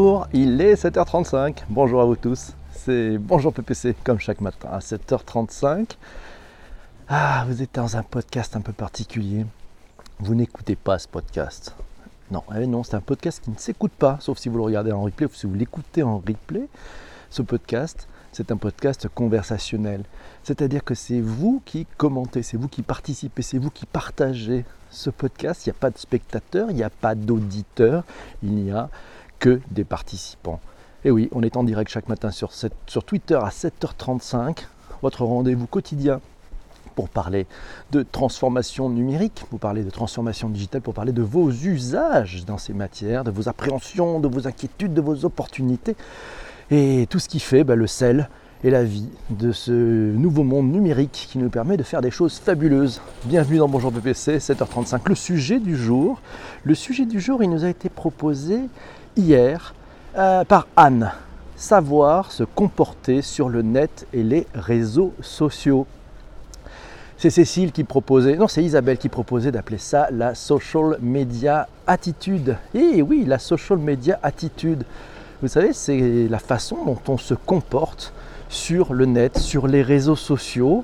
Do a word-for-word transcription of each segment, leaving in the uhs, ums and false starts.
Bonjour, il est sept heures trente-cinq. Bonjour à vous tous. C'est Bonjour P P C, comme chaque matin à sept heures trente-cinq. Ah, vous êtes dans un podcast un peu particulier. Vous n'écoutez pas ce podcast. Non, eh non, c'est un podcast qui ne s'écoute pas, sauf si vous le regardez en replay ou si vous l'écoutez en replay. Ce podcast, c'est un podcast conversationnel. C'est-à-dire que c'est vous qui commentez, c'est vous qui participez, c'est vous qui partagez ce podcast. Il n'y a pas de spectateurs, il n'y a pas d'auditeurs, il n'y a que des participants. Et oui, on est en direct chaque matin sur, cette, sur Twitter à sept heures trente-cinq, votre rendez-vous quotidien pour parler de transformation numérique, pour parler de transformation digitale, pour parler de vos usages dans ces matières, de vos appréhensions, de vos inquiétudes, de vos opportunités et tout ce qui fait bah, le sel et la vie de ce nouveau monde numérique qui nous permet de faire des choses fabuleuses. Bienvenue dans Bonjour P P C, sept heures trente-cinq. Le sujet du jour, le sujet du jour, il nous a été proposé hier euh, par Anne. Savoir se comporter sur le net et les réseaux sociaux. C'est Cécile qui proposait, non c'est Isabelle qui proposait d'appeler ça la social media attitude. Et oui, la social media attitude. Vous savez, c'est la façon dont on se comporte sur le net, sur les réseaux sociaux.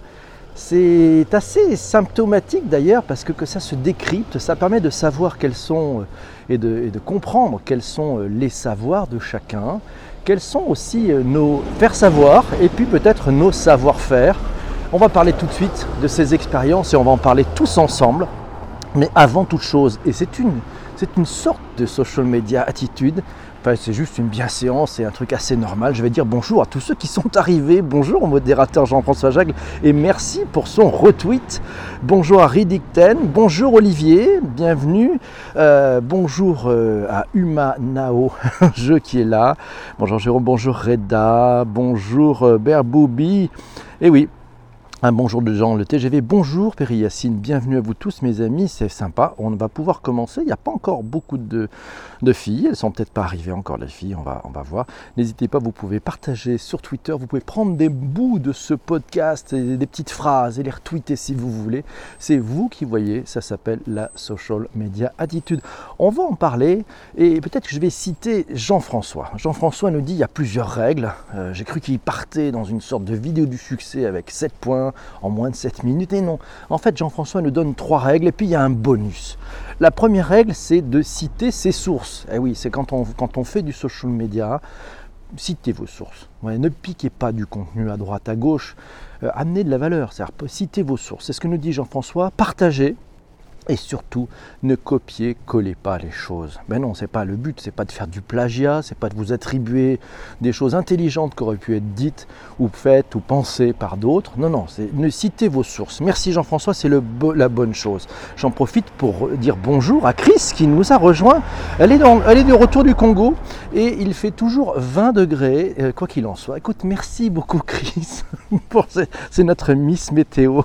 C'est assez symptomatique d'ailleurs parce que, que ça se décrypte, ça permet de savoir quels sont et de, et de comprendre quels sont les savoirs de chacun, quels sont aussi nos faire savoir et puis peut-être nos savoir-faire. On va parler tout de suite de ces expériences et on va en parler tous ensemble. Mais avant toute chose, et c'est une, c'est une sorte de social media attitude, enfin, c'est juste une bienséance et un truc assez normal. Je vais dire bonjour à tous ceux qui sont arrivés. Bonjour au modérateur Jean-François Jagle et merci pour son retweet. Bonjour à Ridicten, bonjour Olivier, bienvenue. Euh, bonjour euh, à Uma Nao, jeu qui est là. Bonjour Jérôme, bonjour Reda, bonjour euh, Berboubi. Et oui. Un bonjour de Jean, le T G V. Bonjour Péri Yacine, bienvenue à vous tous mes amis, c'est sympa. On va pouvoir commencer. Il n'y a pas encore beaucoup de, de filles, elles ne sont peut-être pas arrivées encore les filles, on va, on va voir. N'hésitez pas, vous pouvez partager sur Twitter, vous pouvez prendre des bouts de ce podcast, et des petites phrases et les retweeter si vous voulez. C'est vous qui voyez, ça s'appelle la social media attitude. On va en parler et peut-être que je vais citer Jean-François. Jean-François nous dit il y a plusieurs règles. Euh, j'ai cru qu'il partait dans une sorte de vidéo du succès avec sept points en moins de sept minutes, et non. En fait, Jean-François nous donne trois règles, et puis il y a un bonus. La première règle, c'est de citer ses sources. Eh oui, c'est quand on, quand on fait du social media, citez vos sources. Ouais, ne piquez pas du contenu à droite, à gauche. Euh, amenez de la valeur, c'est-à-dire citez vos sources. C'est ce que nous dit Jean-François. Partagez. Et surtout, ne copiez-collez pas les choses. Ben non, c'est pas le but, c'est pas de faire du plagiat, c'est pas de vous attribuer des choses intelligentes qui auraient pu être dites ou faites ou pensées par d'autres. Non, non, c'est ne citez vos sources. Merci Jean-François, c'est le bo- la bonne chose. J'en profite pour dire bonjour à Chris qui nous a rejoint. Elle est, dans, elle est de retour du Congo et il fait toujours vingt degrés, euh, quoi qu'il en soit. Écoute, merci beaucoup Chris. pour c'est, c'est notre Miss Météo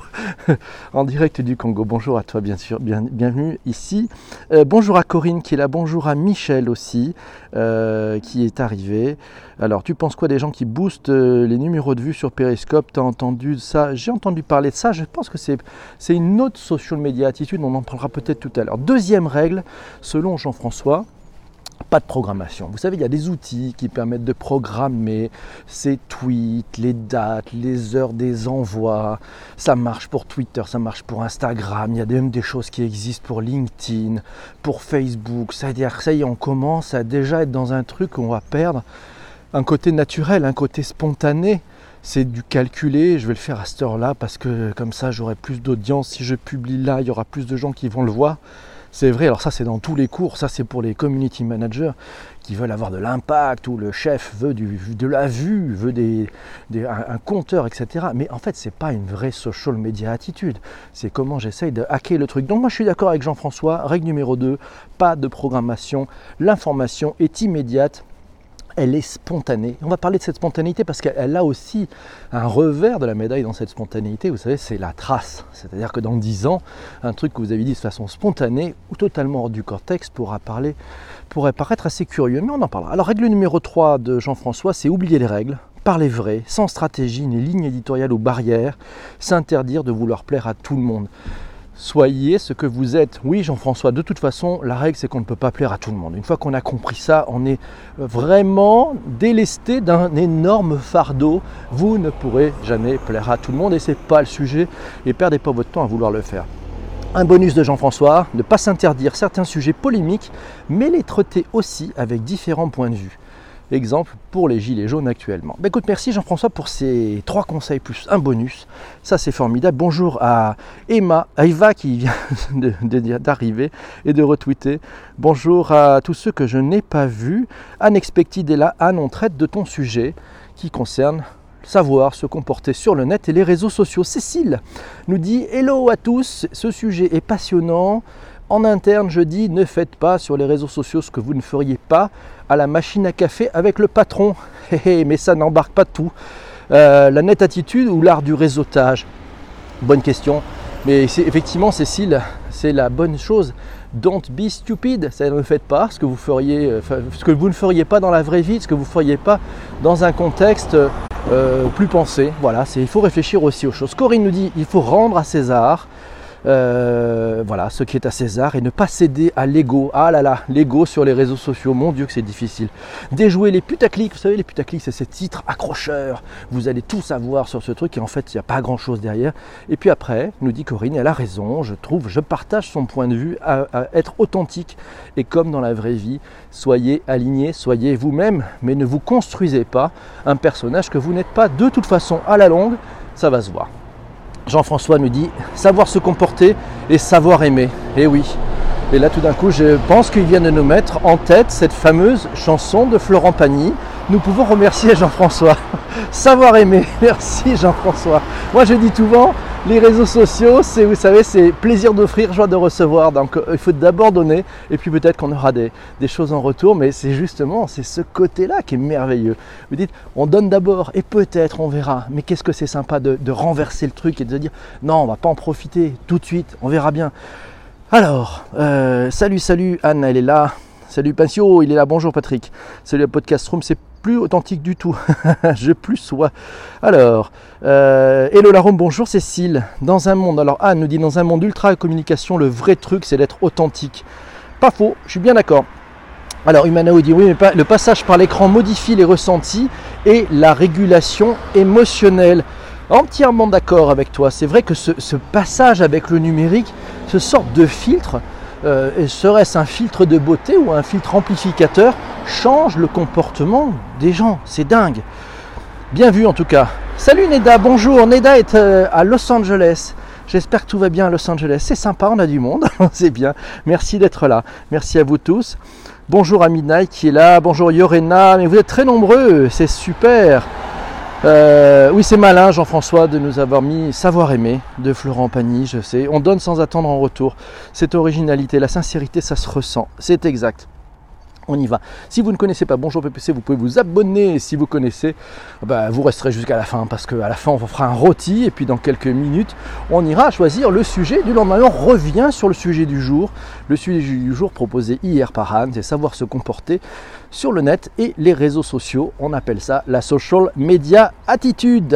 en direct du Congo. Bonjour à toi bien sûr. Bien Bienvenue ici. Euh, bonjour à Corinne qui est là. Bonjour à Michel aussi euh, qui est arrivé. Alors, tu penses quoi des gens qui boostent euh, les numéros de vue sur Periscope? Tu as entendu ça? J'ai entendu parler de ça. Je pense que c'est, c'est une autre social media attitude. On en parlera peut-être tout à l'heure. Deuxième règle, selon Jean-François, pas de programmation. Vous savez, il y a des outils qui permettent de programmer ces tweets, les dates, les heures des envois. Ça marche pour Twitter, ça marche pour Instagram. Il y a même des choses qui existent pour LinkedIn, pour Facebook. C'est-à-dire que ça y est, on commence à déjà être dans un truc où on va perdre un côté naturel, un côté spontané. C'est du calculé, je vais le faire à cette heure-là parce que comme ça, j'aurai plus d'audience. Si je publie là, il y aura plus de gens qui vont le voir. C'est vrai, alors ça c'est dans tous les cours, ça c'est pour les community managers qui veulent avoir de l'impact, où le chef veut du, de la vue, veut des, des, un, un compteur, et cetera. Mais en fait, c'est pas une vraie social media attitude. C'est comment j'essaye de hacker le truc. Donc moi je suis d'accord avec Jean-François, règle numéro deux, pas de programmation, l'information est immédiate. Elle est spontanée. On va parler de cette spontanéité parce qu'elle a aussi un revers de la médaille dans cette spontanéité. Vous savez, c'est la trace. C'est-à-dire que dans dix ans, un truc que vous avez dit de façon spontanée ou totalement hors du cortex pourra parler, pourrait paraître assez curieux, mais on en parlera. Alors, règle numéro trois de Jean-François, c'est oublier les règles, parler vrai, sans stratégie ni ligne éditoriale ou barrière, s'interdire de vouloir plaire à tout le monde. Soyez ce que vous êtes. Oui, Jean-François, de toute façon, la règle, c'est qu'on ne peut pas plaire à tout le monde. Une fois qu'on a compris ça, on est vraiment délesté d'un énorme fardeau. Vous ne pourrez jamais plaire à tout le monde et ce n'est pas le sujet. Et perdez pas votre temps à vouloir le faire. Un bonus de Jean-François, ne pas s'interdire certains sujets polémiques, mais les traiter aussi avec différents points de vue. Exemple pour les gilets jaunes actuellement. Ben écoute, merci Jean-François pour ces trois conseils plus un bonus. Ça c'est formidable. Bonjour à Emma, à Eva qui vient de, de, d'arriver et de retweeter. Bonjour à tous ceux que je n'ai pas vus. Unexpected est là. Anne, on traite de ton sujet qui concerne savoir se comporter sur le net et les réseaux sociaux. Cécile nous dit hello à tous, ce sujet est passionnant. En interne, je dis ne faites pas sur les réseaux sociaux ce que vous ne feriez pas à la machine à café avec le patron. Mais ça n'embarque pas tout. Euh, la nette attitude ou l'art du réseautage? Bonne question. Mais c'est, effectivement, Cécile, c'est la bonne chose. Don't be stupid. Ça ne faites pas ce que vous feriez, ce que vous ne feriez pas dans la vraie vie, ce que vous ne feriez pas dans un contexte euh, plus pensé. Voilà, c'est, il faut réfléchir aussi aux choses. Corinne nous dit il faut rendre à César. Euh, voilà, ce qui est à César et ne pas céder à l'ego. Ah là là, l'ego sur les réseaux sociaux, mon Dieu que c'est difficile. Déjouer les putaclics, vous savez les putaclics c'est ces titres accrocheurs, vous allez tout savoir sur ce truc et en fait il n'y a pas grand chose derrière. Et puis après, nous dit Corinne, elle a raison, je trouve, je partage son point de vue à, à être authentique et comme dans la vraie vie, soyez alignés, soyez vous-même, mais ne vous construisez pas un personnage que vous n'êtes pas. De toute façon, à la longue, ça va se voir. Jean-François nous dit savoir se comporter et savoir aimer. Et oui. Et là tout d'un coup je pense qu'il vient de nous mettre en tête cette fameuse chanson de Florent Pagny. Nous pouvons remercier Jean-François. Savoir aimer. Merci Jean-François. Moi je dis souvent les réseaux sociaux, c'est, vous savez, c'est plaisir d'offrir, joie de recevoir. Donc il faut d'abord donner et puis peut-être qu'on aura des, des choses en retour. Mais c'est justement, c'est ce côté-là qui est merveilleux. Vous dites, on donne d'abord et peut-être on verra. Mais qu'est-ce que c'est sympa de, de renverser le truc et de dire, non, on va pas en profiter tout de suite, on verra bien. Alors, euh, salut, salut, Anne, elle est là. Salut Pincio, il est là. Bonjour Patrick. Salut à Podcast Room, c'est plus authentique du tout. Je plus sois. Alors, euh, hello Larome, bonjour Cécile. Dans un monde, alors Anne nous dit dans un monde ultra communication, le vrai truc c'est d'être authentique. Pas faux, je suis bien d'accord. Alors Humanao dit oui, mais pas, le passage par l'écran modifie les ressentis et la régulation émotionnelle. Entièrement d'accord avec toi. C'est vrai que ce, ce passage avec le numérique, ce sorte de filtre, euh, serait-ce un filtre de beauté ou un filtre amplificateur, change le comportement des gens. C'est dingue. Bien vu en tout cas. Salut Neda, bonjour. Neda est euh, à Los Angeles. J'espère que tout va bien à Los Angeles. C'est sympa, on a du monde. C'est bien. Merci d'être là. Merci à vous tous. Bonjour à Midnight qui est là. Bonjour Yorena. Mais vous êtes très nombreux. C'est super. Euh, oui, c'est malin, Jean-François, de nous avoir mis Savoir aimer de Florent Pagny, je sais. On donne sans attendre en retour. Cette originalité, la sincérité, ça se ressent. C'est exact. On y va. Si vous ne connaissez pas Bonjour P P C, vous pouvez vous abonner. Si vous connaissez, bah, vous resterez jusqu'à la fin parce qu'à la fin, on vous fera un rôti. Et puis dans quelques minutes, on ira choisir le sujet du lendemain. On revient sur le sujet du jour. Le sujet du jour proposé hier par Anne, c'est savoir se comporter sur le net et les réseaux sociaux. On appelle ça la social media attitude.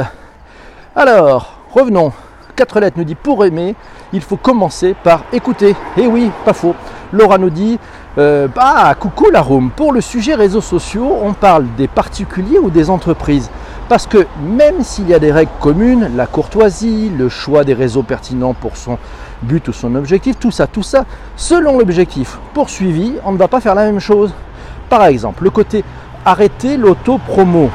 Alors, revenons. Quatre lettres nous dit pour aimer, il faut commencer par écouter. Et oui, pas faux. Laura nous dit euh, ah, coucou la room. Pour le sujet réseaux sociaux, on parle des particuliers ou des entreprises. Parce que même s'il y a des règles communes, la courtoisie, le choix des réseaux pertinents pour son but ou son objectif, tout ça, tout ça, selon l'objectif poursuivi, on ne va pas faire la même chose. Par exemple, le côté arrêter l'auto-promo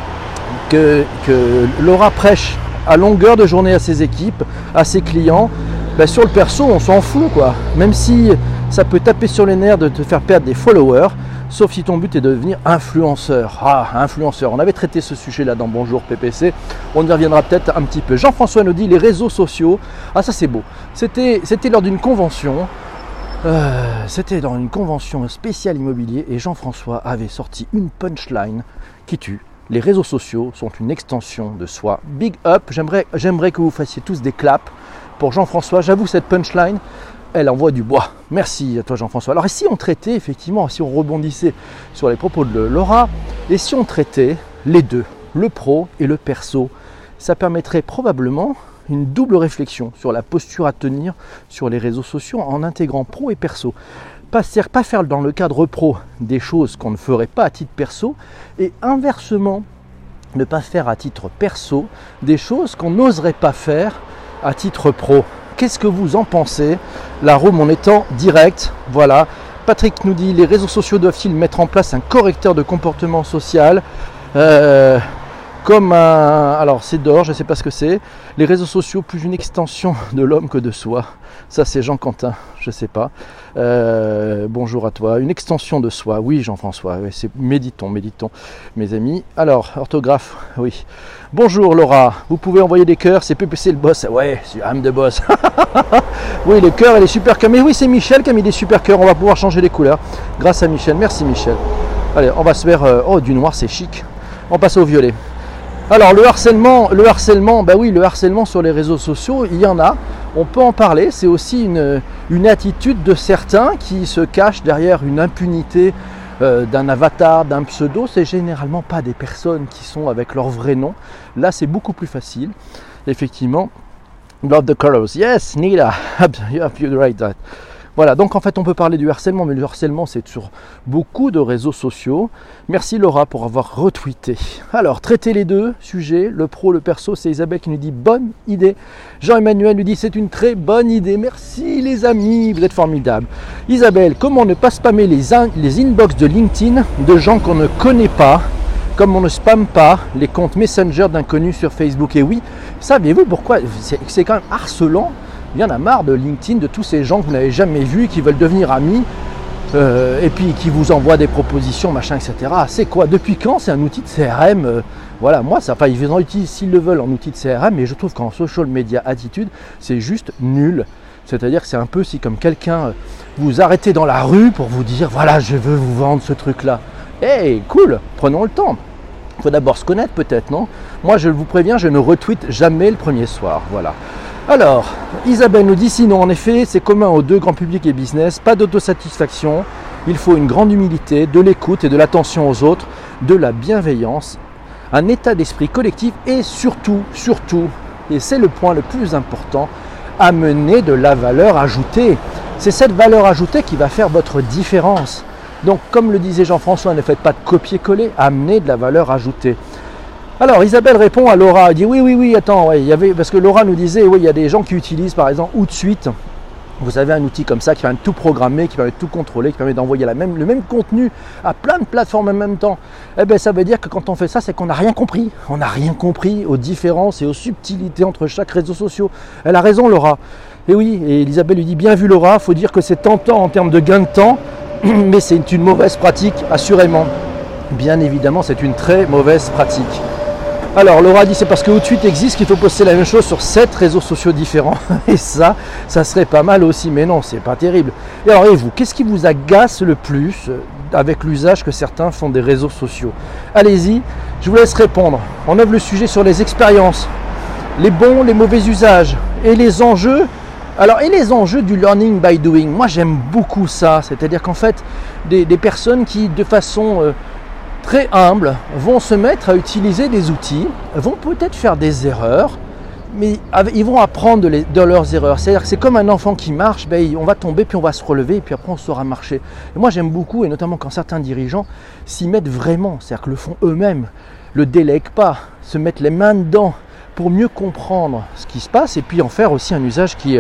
que, que Laura prêche à longueur de journée à ses équipes, à ses clients, ben sur le perso, on s'en fout quoi. Même si ça peut taper sur les nerfs de te faire perdre des followers, sauf si ton but est de devenir influenceur. Ah, influenceur, on avait traité ce sujet-là dans Bonjour P P C, on y reviendra peut-être un petit peu. Jean-François nous dit les réseaux sociaux, ah ça c'est beau, c'était, c'était lors d'une convention, euh, c'était dans une convention spéciale immobilier et Jean-François avait sorti une punchline qui tue. Les réseaux sociaux sont une extension de soi. Big up, j'aimerais, j'aimerais que vous fassiez tous des claps pour Jean-François. J'avoue, cette punchline, elle envoie du bois. Merci à toi Jean-François. Alors et si on traitait, effectivement, si on rebondissait sur les propos de Laura, et si on traitait les deux, le pro et le perso, ça permettrait probablement une double réflexion sur la posture à tenir sur les réseaux sociaux en intégrant pro et perso. Pas, pas faire dans le cadre pro des choses qu'on ne ferait pas à titre perso et inversement, ne pas faire à titre perso des choses qu'on n'oserait pas faire à titre pro. Qu'est-ce que vous en pensez? La room en étant direct, voilà. Patrick nous dit, les réseaux sociaux doivent-ils mettre en place un correcteur de comportement social euh, comme un... Alors c'est d'or, je ne sais pas ce que c'est. Les réseaux sociaux, plus une extension de l'homme que de soi. Ça c'est Jean Quentin, je ne sais pas. Euh, bonjour à toi. Une extension de soi, oui Jean-François, ouais, c'est méditons, méditons mes amis. Alors, orthographe, oui. Bonjour Laura, vous pouvez envoyer des cœurs, c'est P P C le boss. Ouais, c'est I'm the boss. Oui, les cœurs et les super cœurs. Mais oui, c'est Michel qui a mis des super cœurs, on va pouvoir changer les couleurs. Grâce à Michel, merci Michel. Allez, on va se faire... Euh... Oh, du noir c'est chic. On passe au violet. Alors le harcèlement, le harcèlement, bah oui, le harcèlement sur les réseaux sociaux, il y en a, on peut en parler, c'est aussi une, une attitude de certains qui se cachent derrière une impunité euh, d'un avatar, d'un pseudo, c'est généralement pas des personnes qui sont avec leur vrai nom, là c'est beaucoup plus facile, effectivement. Love the colors, yes Nila, you're right that. Voilà, donc en fait on peut parler du harcèlement, mais le harcèlement c'est sur beaucoup de réseaux sociaux. Merci Laura pour avoir retweeté. Alors, traiter les deux sujets, le pro, le perso, c'est Isabelle qui nous dit bonne idée. Jean-Emmanuel nous dit c'est une très bonne idée. Merci les amis, vous êtes formidables. Isabelle, comment ne pas spammer les, in- les inbox de LinkedIn de gens qu'on ne connaît pas, comme on ne spamme pas les comptes Messenger d'inconnus sur Facebook? Et oui, saviez-vous pourquoi? C'est, c'est quand même harcelant. Il y en a marre de LinkedIn, de tous ces gens que vous n'avez jamais vus, qui veulent devenir amis, euh, et puis qui vous envoient des propositions, machin, et cetera. C'est quoi? Depuis quand c'est un outil de C R M? euh, Voilà, moi, ça, enfin, ils en utilisent s'ils le veulent en outil de C R M, mais je trouve qu'en social media attitude, c'est juste nul. C'est-à-dire que c'est un peu si comme quelqu'un vous arrêtez dans la rue pour vous dire, voilà, je veux vous vendre ce truc-là. Hey, cool, prenons le temps. Il faut d'abord se connaître peut-être, non? Moi, je vous préviens, je ne retweete jamais le premier soir, voilà. Alors, Isabelle nous dit sinon, en effet, c'est commun aux deux, grand public et business, pas d'autosatisfaction, il faut une grande humilité, de l'écoute et de l'attention aux autres, de la bienveillance, un état d'esprit collectif et surtout, surtout, et c'est le point le plus important, amener de la valeur ajoutée. C'est cette valeur ajoutée qui va faire votre différence. Donc, comme le disait Jean-François, ne faites pas de copier-coller, amenez de la valeur ajoutée. Alors Isabelle répond à Laura, elle dit oui, oui, oui, attends, ouais, il y avait, parce que Laura nous disait, oui, il y a des gens qui utilisent par exemple Hootsuite, vous avez un outil comme ça qui permet de tout programmer, qui permet de tout contrôler, qui permet d'envoyer la même, le même contenu à plein de plateformes en même temps. Eh bien ça veut dire que quand on fait ça, c'est qu'on n'a rien compris, on n'a rien compris aux différences et aux subtilités entre chaque réseau social. Elle a raison Laura, et oui, et Isabelle lui dit, bien vu Laura, il faut dire que c'est tentant en termes de gain de temps, mais c'est une mauvaise pratique, assurément. Bien évidemment, c'est une très mauvaise pratique. Alors Laura dit c'est parce que Hootsuite existe qu'il faut poster la même chose sur sept réseaux sociaux différents. Et ça, ça serait pas mal aussi, mais non, c'est pas terrible. Et alors et vous, qu'est-ce qui vous agace le plus avec l'usage que certains font des réseaux sociaux? Allez-y, je vous laisse répondre. On ouvre le sujet sur les expériences, les bons, les mauvais usages et les enjeux. Alors et les enjeux du learning by doing, moi j'aime beaucoup ça, c'est-à-dire qu'en fait des, des personnes qui de façon euh, très humbles vont se mettre à utiliser des outils, vont peut-être faire des erreurs, mais ils vont apprendre de, les, de leurs erreurs. C'est-à-dire que c'est comme un enfant qui marche, ben, on va tomber puis on va se relever et puis après on saura marcher. Et moi j'aime beaucoup, et notamment quand certains dirigeants s'y mettent vraiment, c'est-à-dire que le font eux-mêmes, le délèguent pas, se mettent les mains dedans pour mieux comprendre ce qui se passe et puis en faire aussi un usage qui...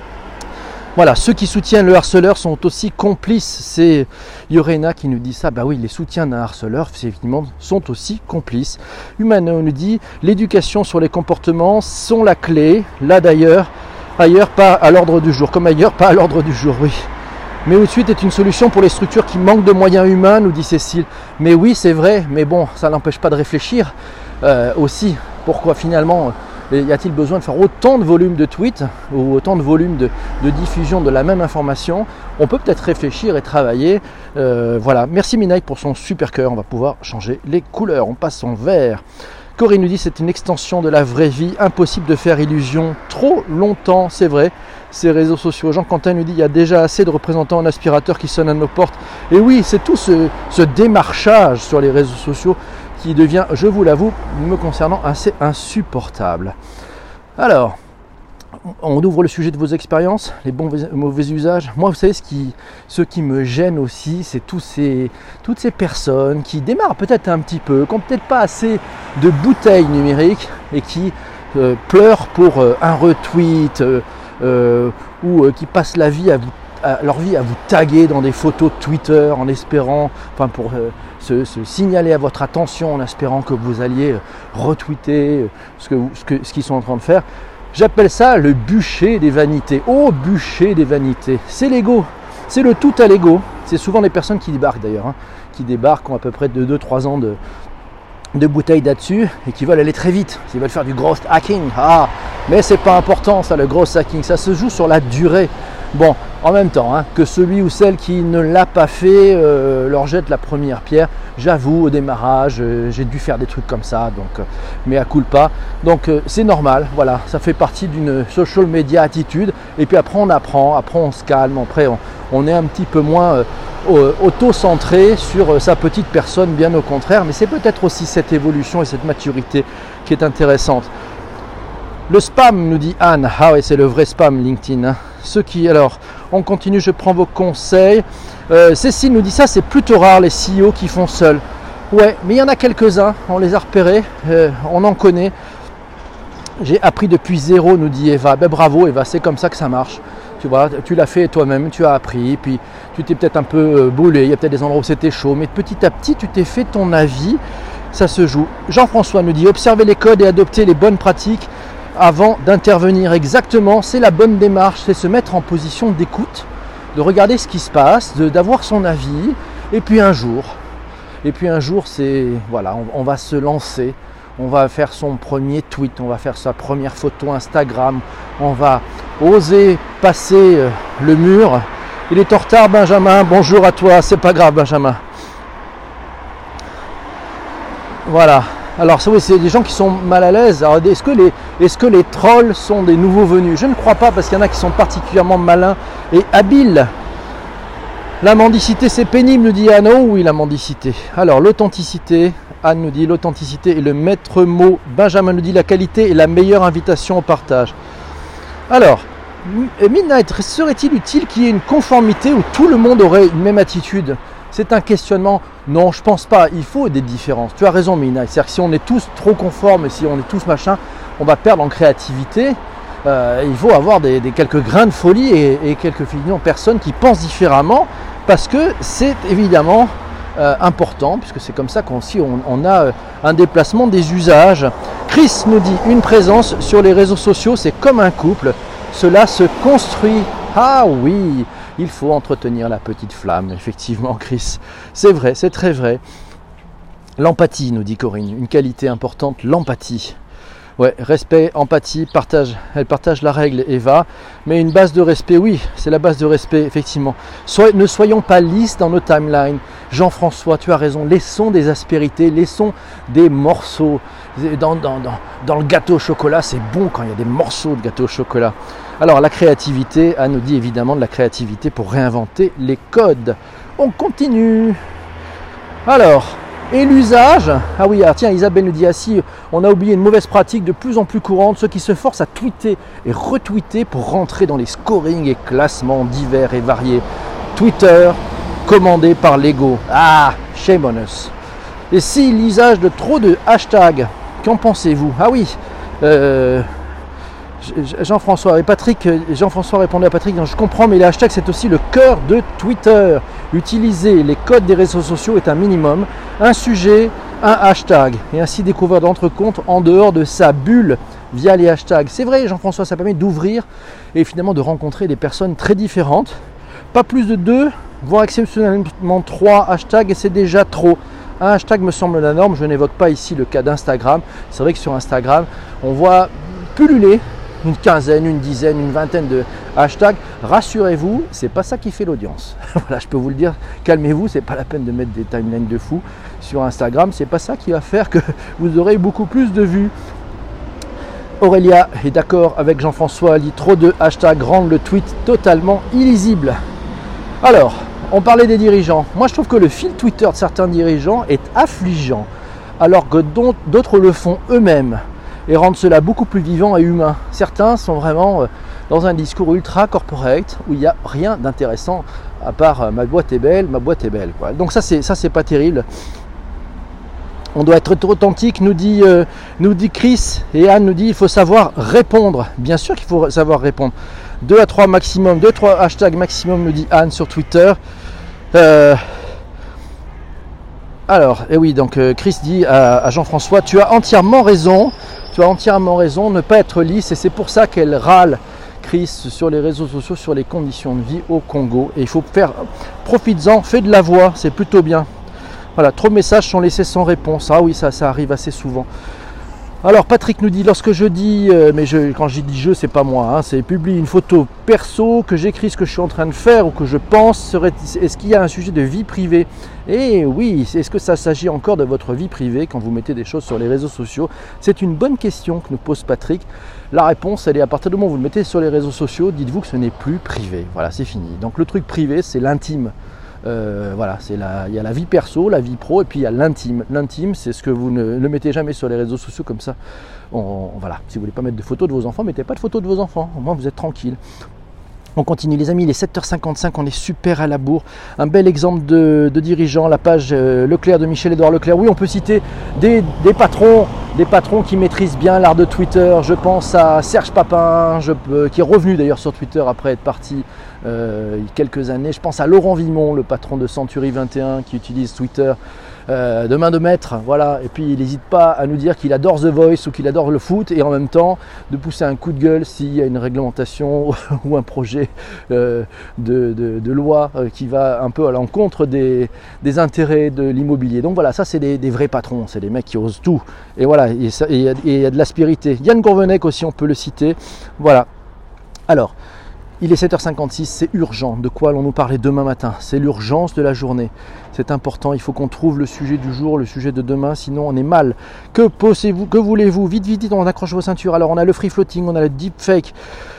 Voilà, ceux qui soutiennent le harceleur sont aussi complices. C'est Yorena qui nous dit ça. Bah oui, les soutiens d'un harceleur, effectivement, sont aussi complices. Humano nous dit l'éducation sur les comportements sont la clé. Là d'ailleurs, ailleurs pas à l'ordre du jour. Comme ailleurs, pas à l'ordre du jour, oui. Mais Hootsuite est une solution pour les structures qui manquent de moyens humains, nous dit Cécile. Mais oui, c'est vrai, mais bon, ça n'empêche pas de réfléchir euh, aussi. Pourquoi finalement y a-t-il besoin de faire autant de volume de tweets ou autant de volume de, de diffusion de la même information? On peut peut-être réfléchir et travailler. Euh, voilà. Merci Minaï pour son super cœur. On va pouvoir changer les couleurs. On passe en vert. Corinne nous dit c'est une extension de la vraie vie. Impossible de faire illusion trop longtemps. C'est vrai. Ces réseaux sociaux. Jean Quentin nous dit il y a déjà assez de représentants en aspirateur qui sonnent à nos portes. Et oui, c'est tout ce, ce démarchage sur les réseaux sociaux qui devient, je vous l'avoue, me concernant, assez insupportable. Alors, on ouvre le sujet de vos expériences, les bons et mauvais usages. Moi, vous savez, ce qui, ce qui me gêne aussi, c'est tous ces, toutes ces personnes qui démarrent peut-être un petit peu, qui n'ont peut-être pas assez de bouteilles numériques et qui euh, pleurent pour euh, un retweet euh, euh, ou euh, qui passent la vie à vous, à, leur vie à vous taguer dans des photos de Twitter en espérant, enfin pour euh, se, se signaler à votre attention, en espérant que vous alliez euh, retweeter euh, ce, que, ce, que, ce qu'ils sont en train de faire. J'appelle ça le bûcher des vanités. Oh, bûcher des vanités. C'est l'ego. C'est le tout à l'ego. C'est souvent les personnes qui débarquent d'ailleurs, hein, qui débarquent, ont à peu près de deux trois ans de, de bouteilles là-dessus et qui veulent aller très vite. Ils veulent faire du gros hacking. Ah, mais c'est pas important ça, le gros hacking. Ça se joue sur la durée. Bon, en même temps, hein, que celui ou celle qui ne l'a pas fait euh, leur jette la première pierre. J'avoue, au démarrage, euh, j'ai dû faire des trucs comme ça, donc euh, mais à culpa. Donc euh, c'est normal, voilà, ça fait partie d'une social media attitude. Et puis après on apprend, après on se calme, après on, on est un petit peu moins euh, auto-centré sur euh, sa petite personne, bien au contraire. Mais c'est peut-être aussi cette évolution et cette maturité qui est intéressante. Le spam, nous dit Anne. Ah oui, c'est le vrai spam LinkedIn. Hein. Ceux qui, alors, on continue, je prends vos conseils. Euh, Cécile nous dit ça, c'est plutôt rare les C E O qui font seuls. Ouais, mais il y en a quelques-uns, on les a repérés, euh, on en connaît. J'ai appris depuis zéro, nous dit Eva. Ben bravo Eva, c'est comme ça que ça marche. Tu vois, tu l'as fait toi-même, tu as appris, puis tu t'es peut-être un peu brûlé, il y a peut-être des endroits où c'était chaud, mais petit à petit, tu t'es fait ton avis, ça se joue. Jean-François nous dit, observer les codes et adopter les bonnes pratiques avant d'intervenir. Exactement, c'est la bonne démarche, c'est se mettre en position d'écoute, de regarder ce qui se passe, de, d'avoir son avis, et puis un jour, et puis un jour, c'est, voilà, on, on va se lancer, on va faire son premier tweet, on va faire sa première photo Instagram, on va oser passer euh, le mur. Il est en retard Benjamin, bonjour à toi, c'est pas grave Benjamin. Voilà. Alors, oui, c'est des gens qui sont mal à l'aise. Alors, est-ce que, les, est-ce que les trolls sont des nouveaux venus? Je ne crois pas, parce qu'il y en a qui sont particulièrement malins et habiles. La mendicité, c'est pénible, nous dit Anne. Oh oui, la mendicité. Alors, l'authenticité. Anne nous dit l'authenticité est le maître mot. Benjamin nous dit la qualité est la meilleure invitation au partage. Alors, Midnight, serait-il utile qu'il y ait une conformité où tout le monde aurait une même attitude? C'est un questionnement. Non, je pense pas. Il faut des différences. Tu as raison, Midnight. C'est-à-dire que si on est tous trop conformes, si on est tous machin, on va perdre en créativité. Euh, il faut avoir des, des quelques grains de folie et, et quelques finalement, personnes qui pensent différemment, parce que c'est évidemment euh, important, puisque c'est comme ça qu'on on, on a euh, un déplacement des usages. Chris nous dit une présence sur les réseaux sociaux, c'est comme un couple. Cela se construit. Ah oui, il faut entretenir la petite flamme, effectivement, Chris. C'est vrai, c'est très vrai. L'empathie, nous dit Corinne, une qualité importante, l'empathie. Ouais, respect, empathie, partage. Elle partage la règle, Eva. Mais une base de respect, oui, c'est la base de respect, effectivement. Soy, ne soyons pas lisses dans nos timelines. Jean-François, tu as raison. Laissons des aspérités, laissons des morceaux. Dans, dans, dans, dans le gâteau au chocolat, c'est bon quand il y a des morceaux de gâteau au chocolat. Alors, la créativité, Anne nous dit évidemment de la créativité pour réinventer les codes. On continue. Alors, et l'usage, ah oui, ah tiens, Isabelle nous dit, ah si, on a oublié une mauvaise pratique de plus en plus courante, ceux qui se forcent à tweeter et retweeter pour rentrer dans les scorings et classements divers et variés. Twitter, commandé par l'ego. Ah, shame on us. Et si l'usage de trop de hashtags, qu'en pensez-vous? Ah oui, euh, Jean-François et Patrick, Jean-François répondait à Patrick, je comprends, mais les hashtags c'est aussi le cœur de Twitter. Utiliser les codes des réseaux sociaux est un minimum, un sujet, un hashtag, et ainsi découvrir d'autres comptes en dehors de sa bulle via les hashtags. C'est vrai Jean-François, ça permet d'ouvrir et finalement de rencontrer des personnes très différentes. Pas plus de deux, voire exceptionnellement trois hashtags, et c'est déjà trop. Un hashtag me semble la norme, je n'évoque pas ici le cas d'Instagram. C'est vrai que sur Instagram, on voit pulluler une quinzaine, une dizaine, une vingtaine de hashtags. Rassurez-vous, c'est pas ça qui fait l'audience. Voilà, je peux vous le dire, calmez-vous, c'est pas la peine de mettre des timelines de fou sur Instagram, c'est pas ça qui va faire que vous aurez beaucoup plus de vues. Aurélia est d'accord avec Jean-François, lit trop de hashtags rendent le tweet totalement illisible. Alors, on parlait des dirigeants. Moi, je trouve que le fil Twitter de certains dirigeants est affligeant, alors que d'autres le font eux-mêmes. et rendre cela beaucoup plus vivant et humain. Certains sont vraiment dans un discours ultra corporate où il n'y a rien d'intéressant à part ma boîte est belle, ma boîte est belle, quoi. Donc ça c'est ça c'est pas terrible. On doit être authentique, nous dit, euh, nous dit Chris, et Anne nous dit il faut savoir répondre. Bien sûr qu'il faut savoir répondre. deux à trois maximum, deux à trois hashtags maximum, nous dit Anne sur Twitter. Euh, alors, et oui, donc euh, Chris dit à, à Jean-François, tu as entièrement raison, tu as entièrement raison, ne pas être lisse, et c'est pour ça qu'elle râle, Chris, sur les réseaux sociaux, sur les conditions de vie au Congo. Et il faut faire, profites-en, fais de la voix, c'est plutôt bien. Voilà, trop de messages sont laissés sans réponse. Ah oui, ça, ça arrive assez souvent. Alors Patrick nous dit, lorsque je dis, euh, mais je, quand je dis je, c'est pas moi, hein, c'est publie une photo perso, que j'écris ce que je suis en train de faire ou que je pense, serait, est-ce qu'il y a un sujet de vie privée? Et oui, est-ce que ça s'agit encore de votre vie privée quand vous mettez des choses sur les réseaux sociaux? C'est une bonne question que nous pose Patrick. La réponse, elle est à partir du moment où vous le mettez sur les réseaux sociaux, dites-vous que ce n'est plus privé. Voilà, c'est fini. Donc le truc privé, c'est l'intime. Euh, voilà, c'est la, il y a la vie perso, la vie pro, et puis il y a l'intime. L'intime, c'est ce que vous ne, ne mettez jamais sur les réseaux sociaux comme ça. On, on, voilà, si vous voulez pas mettre de photos de vos enfants, mettez pas de photos de vos enfants. Au moins, vous êtes tranquille. On continue les amis, il est sept heures cinquante-cinq, on est super à la bourre. Un bel exemple de, de dirigeant, la page euh, Leclerc de Michel-Édouard Leclerc. Oui, on peut citer des, des patrons, des patrons qui maîtrisent bien l'art de Twitter. Je pense à Serge Papin, je, euh, qui est revenu d'ailleurs sur Twitter après être parti euh, il y a quelques années. Je pense à Laurent Vimon, le patron de Century vingt et un, qui utilise Twitter euh, de main de maître. Voilà. Et puis il n'hésite pas à nous dire qu'il adore The Voice ou qu'il adore le foot, et en même temps de pousser un coup de gueule s'il y a une réglementation ou un projet Euh, de, de, de loi euh, qui va un peu à l'encontre des, des intérêts de l'immobilier. Donc voilà, ça c'est des, des vrais patrons, c'est des mecs qui osent tout. Et voilà, et il y, y a de l'aspérité. Yann Gourvenec aussi, on peut le citer. Voilà. Alors, il est sept heures cinquante-six, c'est urgent. De quoi allons-nous parler demain matin? C'est l'urgence de la journée. C'est important, il faut qu'on trouve le sujet du jour, le sujet de demain, sinon on est mal. Que posez-vous, que voulez-vous? Vite, vite, vite, on accroche vos ceintures. Alors on a le free floating, on a le deepfake.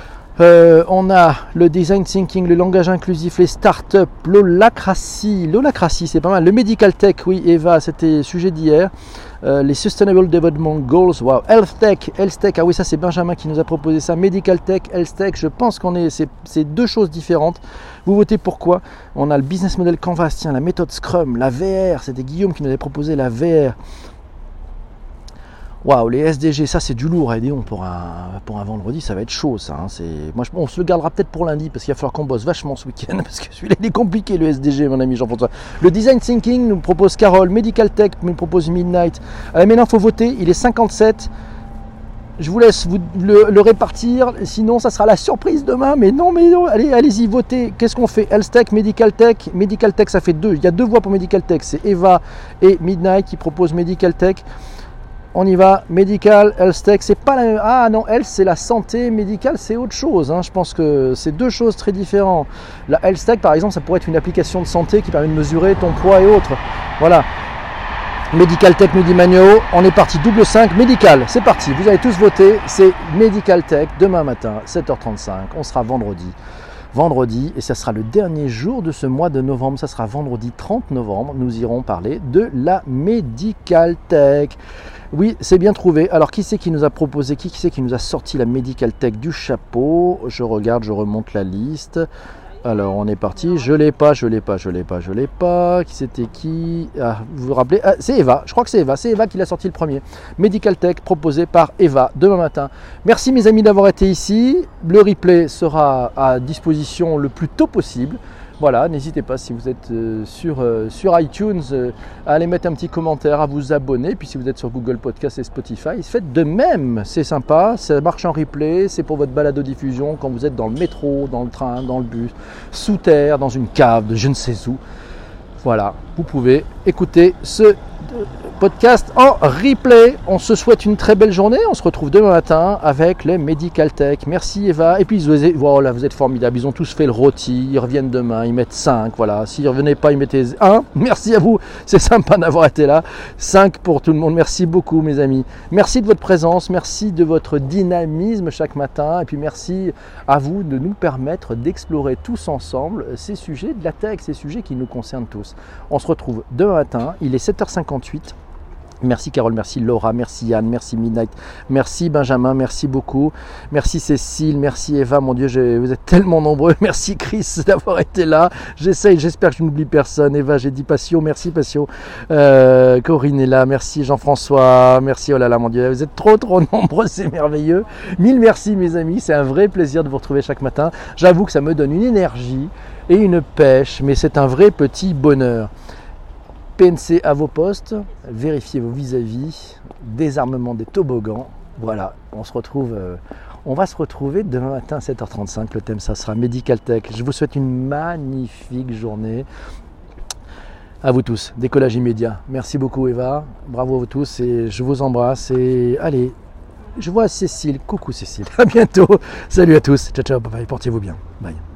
Euh, on a le design thinking, le langage inclusif, les startups, l'holacratie, l'holacratie c'est pas mal, le medical tech, oui Eva, c'était sujet d'hier, euh, les sustainable development goals, wow, health tech, health tech, ah oui ça c'est Benjamin qui nous a proposé ça, medical tech, health tech, je pense qu'on est, c'est, c'est deux choses différentes. Vous votez pourquoi? On a le business model Canvas, tiens la méthode Scrum, la V R, c'était Guillaume qui nous avait proposé la V R. Waouh, les S D G, ça c'est du lourd, aidez-on pour un, pour un vendredi, ça va être chaud ça. Hein. C'est, moi, je, on se le gardera peut-être pour lundi parce qu'il va falloir qu'on bosse vachement ce week-end parce que celui-là il est compliqué le S D G, mon ami Jean-François. Le design thinking nous propose Carole, medical tech nous propose Midnight. Euh, maintenant il faut voter, il est cinquante-sept. Je vous laisse vous, le, le répartir, sinon ça sera la surprise demain. Mais non, mais non, allez, allez-y, votez. Qu'est-ce qu'on fait? Health Tech, Medical Tech. Medical Tech, ça fait deux. Il y a deux voix pour Medical Tech. C'est Eva et Midnight qui proposent Medical Tech. On y va, médical, health tech, c'est pas la même. Ah non, health c'est la santé, médical c'est autre chose. Hein. Je pense que c'est deux choses très différentes. La health tech par exemple, ça pourrait être une application de santé qui permet de mesurer ton poids et autres. Voilà. Medical Tech nous dit Magno, on est parti, double cinq, médical, c'est parti, vous avez tous voté, c'est Medical Tech, demain matin, sept heures trente-cinq, on sera vendredi. Vendredi, et ça sera le dernier jour de ce mois de novembre, ça sera vendredi trente novembre, nous irons parler de la Medical Tech. Oui, c'est bien trouvé. Alors, qui c'est qui nous a proposé, qui, qui c'est qui nous a sorti la Medical Tech du chapeau? Je regarde, je remonte la liste. Alors, on est parti. Je l'ai pas, je l'ai pas, je l'ai pas, je l'ai pas. Qui c'était qui? Ah, vous vous rappelez? Ah, c'est Eva. Je crois que c'est Eva. C'est Eva qui l'a sorti le premier. Medical Tech proposé par Eva demain matin. Merci mes amis d'avoir été ici. Le replay sera à disposition le plus tôt possible. Voilà, n'hésitez pas si vous êtes euh, sur, euh, sur iTunes euh, à aller mettre un petit commentaire, à vous abonner. Puis si vous êtes sur Google Podcast et Spotify, faites de même. C'est sympa, ça marche en replay, c'est pour votre balado-diffusion quand vous êtes dans le métro, dans le train, dans le bus, sous terre, dans une cave, de je ne sais où. Voilà, vous pouvez écouter ce podcast en replay. On se souhaite une très belle journée. On se retrouve demain matin avec les Medical Tech. Merci Eva. Et puis voilà, vous êtes formidables. Ils ont tous fait le rôti. Ils reviennent demain. Ils mettent cinq. Voilà. S'ils ne revenaient pas, ils mettaient un. Merci à vous. C'est sympa d'avoir été là. cinq pour tout le monde. Merci beaucoup mes amis. Merci de votre présence. Merci de votre dynamisme chaque matin. Et puis merci à vous de nous permettre d'explorer tous ensemble ces sujets de la tech, ces sujets qui nous concernent tous. On se retrouve demain matin. Il est sept heures cinquante-huit. Merci Carole, merci Laura, merci Yann, merci Midnight, merci Benjamin, merci beaucoup, merci Cécile, merci Eva, mon Dieu, je, vous êtes tellement nombreux, merci Chris d'avoir été là, j'essaye, j'espère que je n'oublie personne, Eva, j'ai dit Patio, merci Patio, euh, Corinne est là, merci Jean-François, merci, oh là là mon Dieu, vous êtes trop trop nombreux, c'est merveilleux, mille merci mes amis, c'est un vrai plaisir de vous retrouver chaque matin, j'avoue que ça me donne une énergie et une pêche, mais c'est un vrai petit bonheur. P N C à vos postes, vérifiez vos vis-à-vis, désarmement des toboggans. Voilà, on se retrouve, euh, on va se retrouver demain matin à sept heures trente-cinq. Le thème, ça sera Medical Tech. Je vous souhaite une magnifique journée. À vous tous, décollage immédiat. Merci beaucoup Eva, bravo à vous tous et je vous embrasse. Et allez, je vois Cécile. Coucou Cécile, à bientôt. Salut à tous. Ciao, ciao, bye bye, portez-vous bien. Bye.